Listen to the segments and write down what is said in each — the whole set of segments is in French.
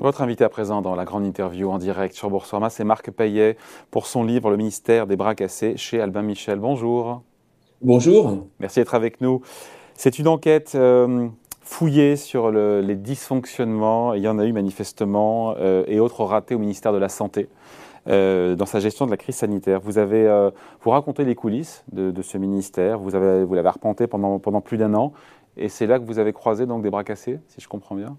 Votre invité à présent dans la grande interview en direct sur Boursorama, c'est Marc Payet pour son livre Le ministère des bras cassés chez Albin Michel. Bonjour. Bonjour. Merci d'être avec nous. C'est une enquête fouillée sur les dysfonctionnements, il y en a eu manifestement, et autres ratés au ministère de la Santé dans sa gestion de la crise sanitaire. Vous racontez les coulisses de ce ministère, vous l'avez arpenté pendant plus d'un an, et c'est là que vous avez croisé donc des bras cassés, si je comprends bien.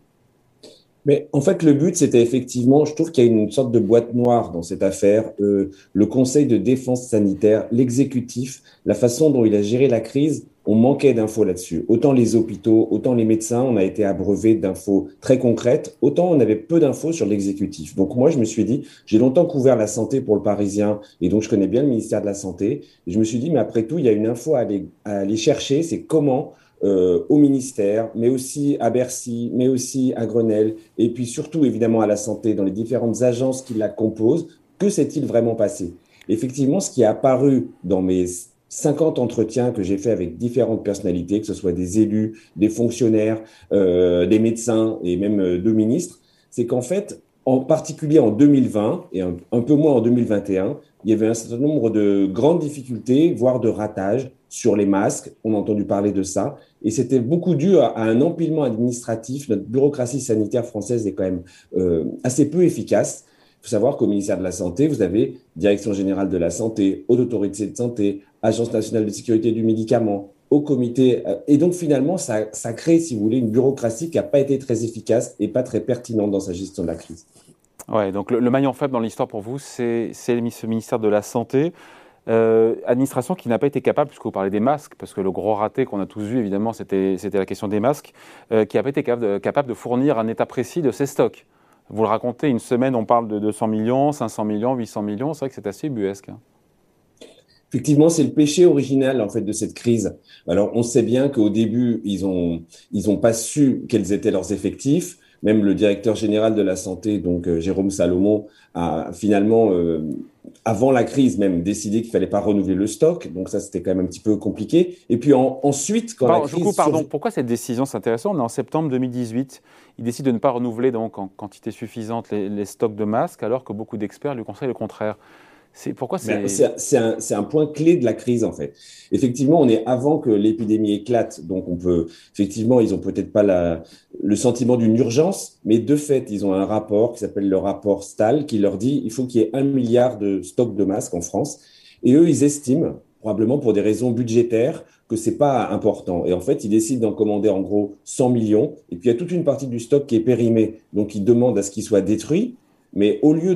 Mais en fait, le but, c'était effectivement, je trouve qu'il y a une sorte de boîte noire dans cette affaire. Le Conseil de défense sanitaire, l'exécutif, la façon dont il a géré la crise, on manquait d'infos là-dessus. Autant les hôpitaux, autant les médecins, on a été abreuvés d'infos très concrètes, autant on avait peu d'infos sur l'exécutif. Donc moi, je me suis dit, j'ai longtemps couvert la santé pour le Parisien, et donc je connais bien le ministère de la Santé. Et je me suis dit, mais après tout, il y a une info à aller chercher, c'est comment au ministère, mais aussi à Bercy, mais aussi à Grenelle, et puis surtout évidemment à la santé, dans les différentes agences qui la composent, que s'est-il vraiment passé? Effectivement, ce qui est apparu dans mes 50 entretiens que j'ai fait avec différentes personnalités, que ce soit des élus, des fonctionnaires, des médecins et même deux ministres, c'est qu'en fait, en particulier en 2020 et un peu moins en 2021, il y avait un certain nombre de grandes difficultés, voire de ratages sur les masques. On a entendu parler de ça. Et c'était beaucoup dû à un empilement administratif. Notre bureaucratie sanitaire française est quand même assez peu efficace. Il faut savoir qu'au ministère de la Santé, vous avez Direction générale de la santé, Haute autorité de santé, Agence nationale de sécurité du médicament, au comité. Et donc finalement, ça crée, si vous voulez, une bureaucratie qui n'a pas été très efficace et pas très pertinente dans sa gestion de la crise. Ouais, donc le maillon faible dans l'histoire pour vous, c'est ce ministère de la Santé. Administration qui n'a pas été capable, puisque vous parlez des masques, parce que le gros raté qu'on a tous vu, évidemment, c'était la question des masques, qui n'a pas été capable de fournir un état précis de ses stocks. Vous le racontez, une semaine, on parle de 200 millions, 500 millions, 800 millions, c'est vrai que c'est assez ubuesque, hein. Effectivement, c'est le péché original en fait de cette crise. Alors, on sait bien qu'au début, ils ont pas su quels étaient leurs effectifs. Même le directeur général de la santé, donc Jérôme Salomon, a finalement, avant la crise même, décidé qu'il fallait pas renouveler le stock. Donc ça, c'était quand même un petit peu compliqué. Et puis ensuite, quand la Pardon, je vous coupe, crise pardon. surgit, Pourquoi cette décision, c'est intéressant, on est en septembre 2018. Il décide de ne pas renouveler donc en quantité suffisante les stocks de masques, alors que beaucoup d'experts lui conseillent le contraire. Pourquoi ben, c'est... c'est un point clé de la crise, en fait. Effectivement, on est avant que l'épidémie éclate, donc effectivement, ils ont peut-être pas le sentiment d'une urgence, mais de fait, ils ont un rapport qui s'appelle le rapport Stahl, qui leur dit il faut qu'il y ait 1 milliard de stocks de masques en France. Et eux, ils estiment, probablement pour des raisons budgétaires, que c'est pas important. Et en fait, ils décident d'en commander en gros 100 millions. Et puis, il y a toute une partie du stock qui est périmé. Donc, ils demandent à ce qu'il soit détruit. Mais au lieu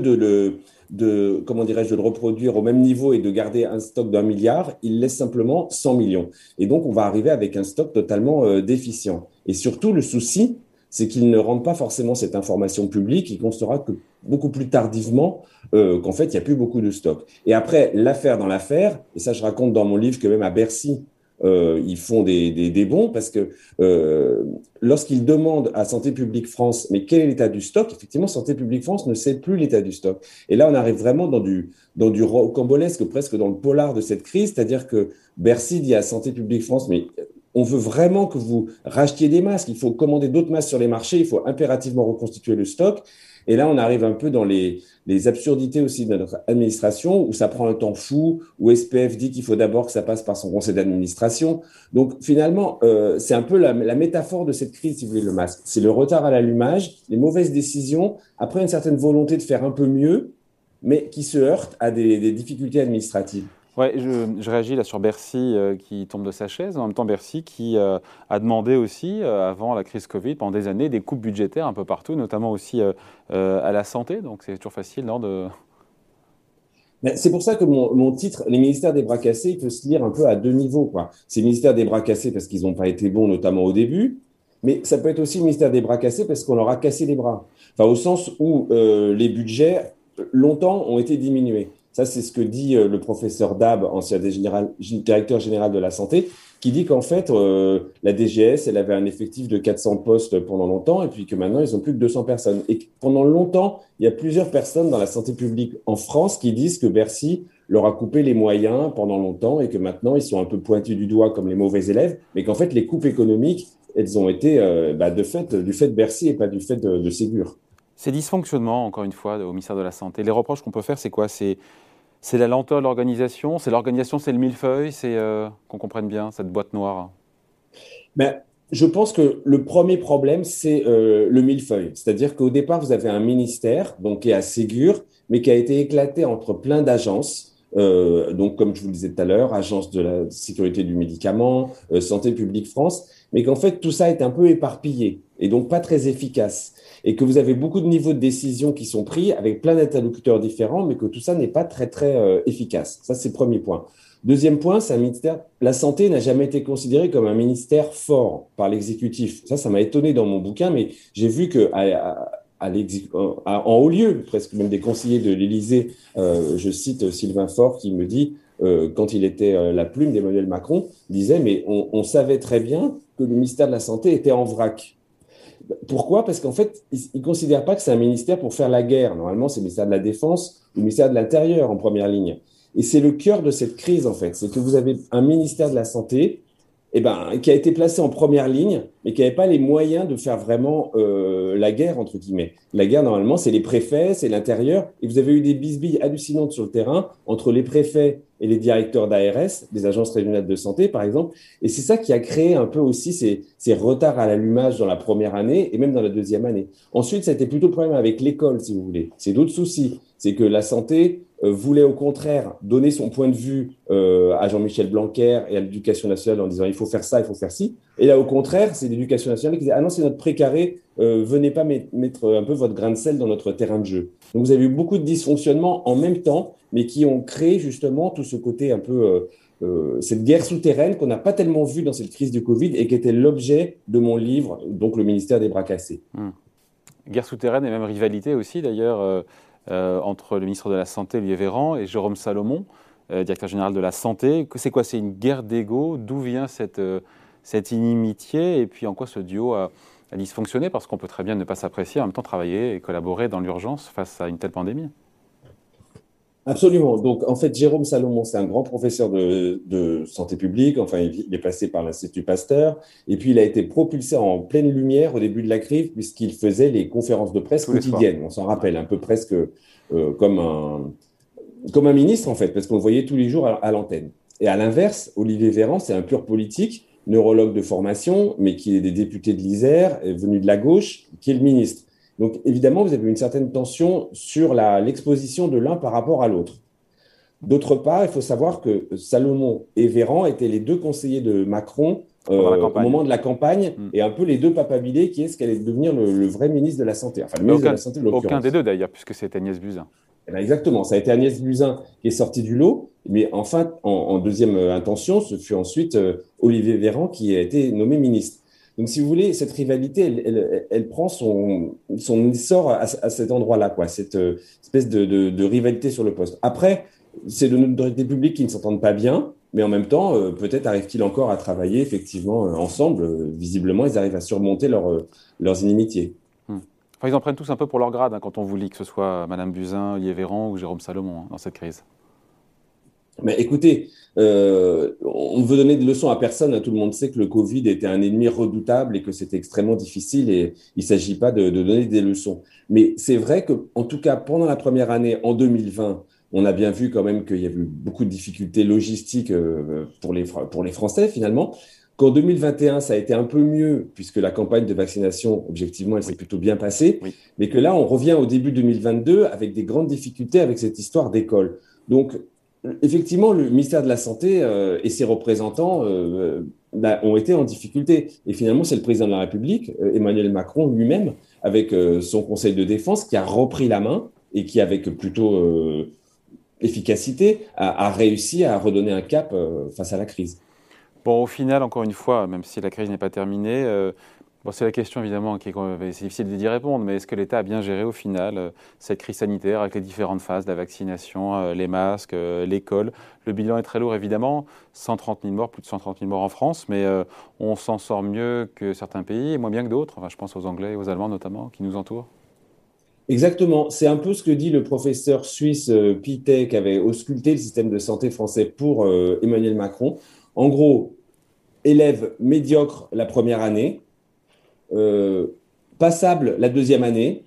comment dirais-je, de le reproduire au même niveau et de garder un stock d'1 milliard, il laisse simplement 100 millions. Et donc, on va arriver avec un stock totalement déficient. Et surtout, le souci, c'est qu'il ne rend pas forcément cette information publique. Il constatera que beaucoup plus tardivement qu'en fait, il n'y a plus beaucoup de stock. Et après, l'affaire dans l'affaire, et ça, je raconte dans mon livre que même à Bercy, ils font des bons parce que lorsqu'ils demandent à Santé publique France, mais quel est l'état du stock? Effectivement, Santé publique France ne sait plus l'état du stock. Et là, on arrive vraiment dans du rocambolesque, presque dans le polar de cette crise, c'est-à-dire que Bercy dit à Santé publique France, mais on veut vraiment que vous rachetiez des masques, il faut commander d'autres masques sur les marchés, il faut impérativement reconstituer le stock. Et là, on arrive un peu dans les absurdités aussi de notre administration, où ça prend un temps fou, où SPF dit qu'il faut d'abord que ça passe par son conseil d'administration. Donc finalement, c'est un peu la métaphore de cette crise, si vous voulez, le masque. C'est le retard à l'allumage, les mauvaises décisions, après une certaine volonté de faire un peu mieux, mais qui se heurte à des difficultés administratives. Ouais, je réagis là sur Bercy qui tombe de sa chaise. En même temps, Bercy qui a demandé aussi, avant la crise Covid, pendant des années, des coupes budgétaires un peu partout, notamment aussi à la santé. Donc c'est toujours facile, non, de... Mais c'est pour ça que mon titre, les ministères des bras cassés, il peut se lire un peu à deux niveaux, quoi. C'est le ministère des bras cassés parce qu'ils n'ont pas été bons, notamment au début, mais ça peut être aussi le ministère des bras cassés parce qu'on leur a cassé les bras. Enfin, au sens où les budgets, longtemps, ont été diminués. Ça, c'est ce que dit le professeur Dab, ancien directeur général de la santé, qui dit qu'en fait, la DGS, elle avait un effectif de 400 postes pendant longtemps, et puis que maintenant, ils ont plus que 200 personnes. Et que pendant longtemps, il y a plusieurs personnes dans la santé publique en France qui disent que Bercy leur a coupé les moyens pendant longtemps et que maintenant, ils sont un peu pointés du doigt comme les mauvais élèves, mais qu'en fait, les coupes économiques, elles ont été du fait de Bercy et pas du fait de Ségur. Ces dysfonctionnements, encore une fois, au ministère de la Santé, les reproches qu'on peut faire, c'est quoi? C'est la lenteur de l'organisation, c'est le millefeuille, qu'on comprenne bien, cette boîte noire. Ben, je pense que le premier problème, c'est le millefeuille. C'est-à-dire qu'au départ, vous avez un ministère donc, qui est à Ségur, mais qui a été éclaté entre plein d'agences. Donc, comme je vous le disais tout à l'heure, Agence de la sécurité du médicament, Santé publique France, mais qu'en fait, tout ça est un peu éparpillé et donc pas très efficace. Et que vous avez beaucoup de niveaux de décision qui sont pris avec plein d'interlocuteurs différents, mais que tout ça n'est pas très, très efficace. Ça, c'est le premier point. Deuxième point, c'est un ministère. La santé n'a jamais été considérée comme un ministère fort par l'exécutif. Ça m'a étonné dans mon bouquin, mais j'ai vu que en haut lieu, presque même des conseillers de l'Élysée, je cite Sylvain Faure qui me dit, quand il était la plume d'Emmanuel Macron, disait, mais on savait très bien que le ministère de la Santé était en vrac. Pourquoi? Parce qu'en fait, ils ne considèrent pas que c'est un ministère pour faire la guerre. Normalement, c'est le ministère de la Défense ou le ministère de l'Intérieur en première ligne. Et c'est le cœur de cette crise, en fait. C'est que vous avez un ministère de la Santé qui a été placé en première ligne, mais qui n'avait pas les moyens de faire vraiment la guerre, entre guillemets. La guerre, normalement, c'est les préfets, c'est l'intérieur. Et vous avez eu des bisbilles hallucinantes sur le terrain entre les préfets et les directeurs d'ARS, des agences régionales de santé, par exemple. Et c'est ça qui a créé un peu aussi ces retards à l'allumage dans la première année et même dans la deuxième année. Ensuite, ça a été plutôt le problème avec l'école, si vous voulez. C'est d'autres soucis. C'est que la santé voulait au contraire donner son point de vue à Jean-Michel Blanquer et à l'Éducation nationale en disant il faut faire ça, il faut faire ci. Et là, au contraire, c'est l'Éducation nationale qui disait ah non, c'est notre précaré, venez pas mettre un peu votre grain de sel dans notre terrain de jeu. Donc vous avez eu beaucoup de dysfonctionnements en même temps, mais qui ont créé justement tout ce côté un peu cette guerre souterraine qu'on n'a pas tellement vue dans cette crise du Covid et qui était l'objet de mon livre, donc le ministère des bras cassés. Guerre souterraine et même rivalité aussi d'ailleurs entre le ministre de la Santé, Olivier Véran, et Jérôme Salomon, directeur général de la Santé. C'est quoi? C'est une guerre d'ego? D'où vient cette inimitié? Et puis en quoi ce duo a dysfonctionné? Parce qu'on peut très bien ne pas s'apprécier, en même temps travailler et collaborer dans l'urgence face à une telle pandémie. Absolument. Donc, en fait, Jérôme Salomon, c'est un grand professeur de santé publique. Enfin, il est passé par l'Institut Pasteur. Et puis, il a été propulsé en pleine lumière au début de la crise, puisqu'il faisait les conférences de presse quotidiennes. On s'en rappelle, un peu presque comme un ministre, en fait, parce qu'on le voyait tous les jours à l'antenne. Et à l'inverse, Olivier Véran, c'est un pur politique, neurologue de formation, mais qui est des députés de l'Isère, venu de la gauche, qui est le ministre. Donc, évidemment, vous avez une certaine tension sur l'exposition de l'un par rapport à l'autre. D'autre part, il faut savoir que Salomon et Véran étaient les deux conseillers de Macron au moment de la campagne et un peu les deux papabilés qui est ce qu'allait devenir le vrai ministre de la Santé. Enfin, le ministre de la Santé, de l'occurrence. Aucun des deux, d'ailleurs, puisque c'est Agnès Buzyn. Eh bien, exactement. Ça a été Agnès Buzyn qui est sortie du lot. Mais enfin, en deuxième intention, ce fut ensuite Olivier Véran qui a été nommé ministre. Donc, si vous voulez, cette rivalité, elle prend son essor à cet endroit-là, quoi, cette espèce de rivalité sur le poste. Après, c'est de notre publics qui ne s'entendent pas bien, mais en même temps, peut-être arrivent-ils encore à travailler effectivement ensemble. Visiblement, ils arrivent à surmonter leurs inimitiés. Enfin, ils en prennent tous un peu pour leur grade quand on vous lit, que ce soit Madame Buzyn, Olivier Véran ou Jérôme Salomon dans cette crise. Mais écoutez, on ne veut donner de leçons à personne. Tout le monde sait que le Covid était un ennemi redoutable et que c'était extrêmement difficile et il ne s'agit pas de donner des leçons. Mais c'est vrai qu'en tout cas, pendant la première année, en 2020, on a bien vu quand même qu'il y avait eu beaucoup de difficultés logistiques pour les Français finalement. Qu'en 2021, ça a été un peu mieux puisque la campagne de vaccination, objectivement, elle s'est plutôt bien passée. Oui. Mais que là, on revient au début 2022 avec des grandes difficultés avec cette histoire d'école. Donc, effectivement, le ministère de la Santé et ses représentants ont été en difficulté. Et finalement, c'est le président de la République, Emmanuel Macron lui-même, avec son conseil de défense, qui a repris la main et qui, avec plutôt efficacité, a réussi à redonner un cap face à la crise. Bon, au final, encore une fois, même si la crise n'est pas terminée, c'est la question évidemment c'est difficile d'y répondre, mais est-ce que l'État a bien géré au final cette crise sanitaire avec les différentes phases, la vaccination, les masques, l'école? Le bilan est très lourd évidemment, 130 000 morts, plus de 130 000 morts en France, mais on s'en sort mieux que certains pays et moins bien que d'autres. Enfin, je pense aux Anglais et aux Allemands notamment qui nous entourent. Exactement, c'est un peu ce que dit le professeur suisse Pittet qui avait ausculté le système de santé français pour Emmanuel Macron. En gros, élèves médiocres la première année, passable la deuxième année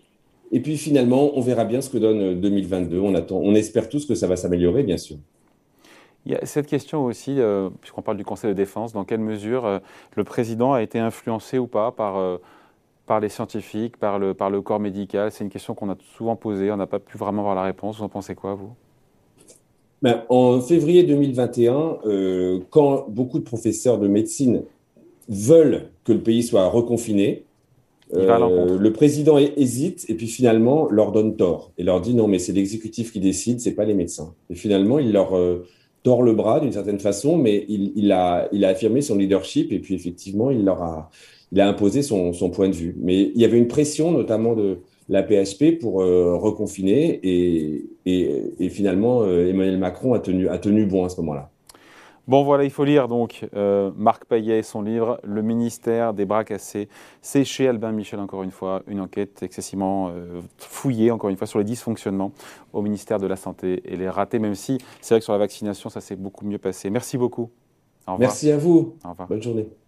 Et puis finalement, on verra bien ce que donne 2022. On espère tous que ça va s'améliorer, bien sûr. Il y a cette question aussi, puisqu'on parle du Conseil de défense, dans quelle mesure le président a été influencé ou pas par les scientifiques, par le corps médical? C'est une question qu'on a souvent posée, on n'a pas pu vraiment avoir la réponse. Vous en pensez quoi, vous? Ben, en février 2021, quand beaucoup de professeurs de médecine veulent que le pays soit reconfiné, Il va à l'encontre. le président hésite et puis finalement leur donne tort et leur dit non, mais c'est l'exécutif qui décide, c'est pas les médecins. Et finalement, il leur tord le bras d'une certaine façon, mais il a affirmé son leadership et puis effectivement, il a imposé son point de vue. Mais il y avait une pression, notamment de la PHP, pour reconfiner et finalement, Emmanuel Macron a tenu bon à ce moment-là. Bon, voilà, il faut lire donc Marc Payet et son livre Le ministère des bras cassés. C'est chez Albin Michel, encore une fois, une enquête excessivement fouillée, encore une fois, sur les dysfonctionnements au ministère de la Santé et les ratés, même si c'est vrai que sur la vaccination, ça s'est beaucoup mieux passé. Merci beaucoup. Au revoir. Merci à vous. Au revoir. Bonne journée.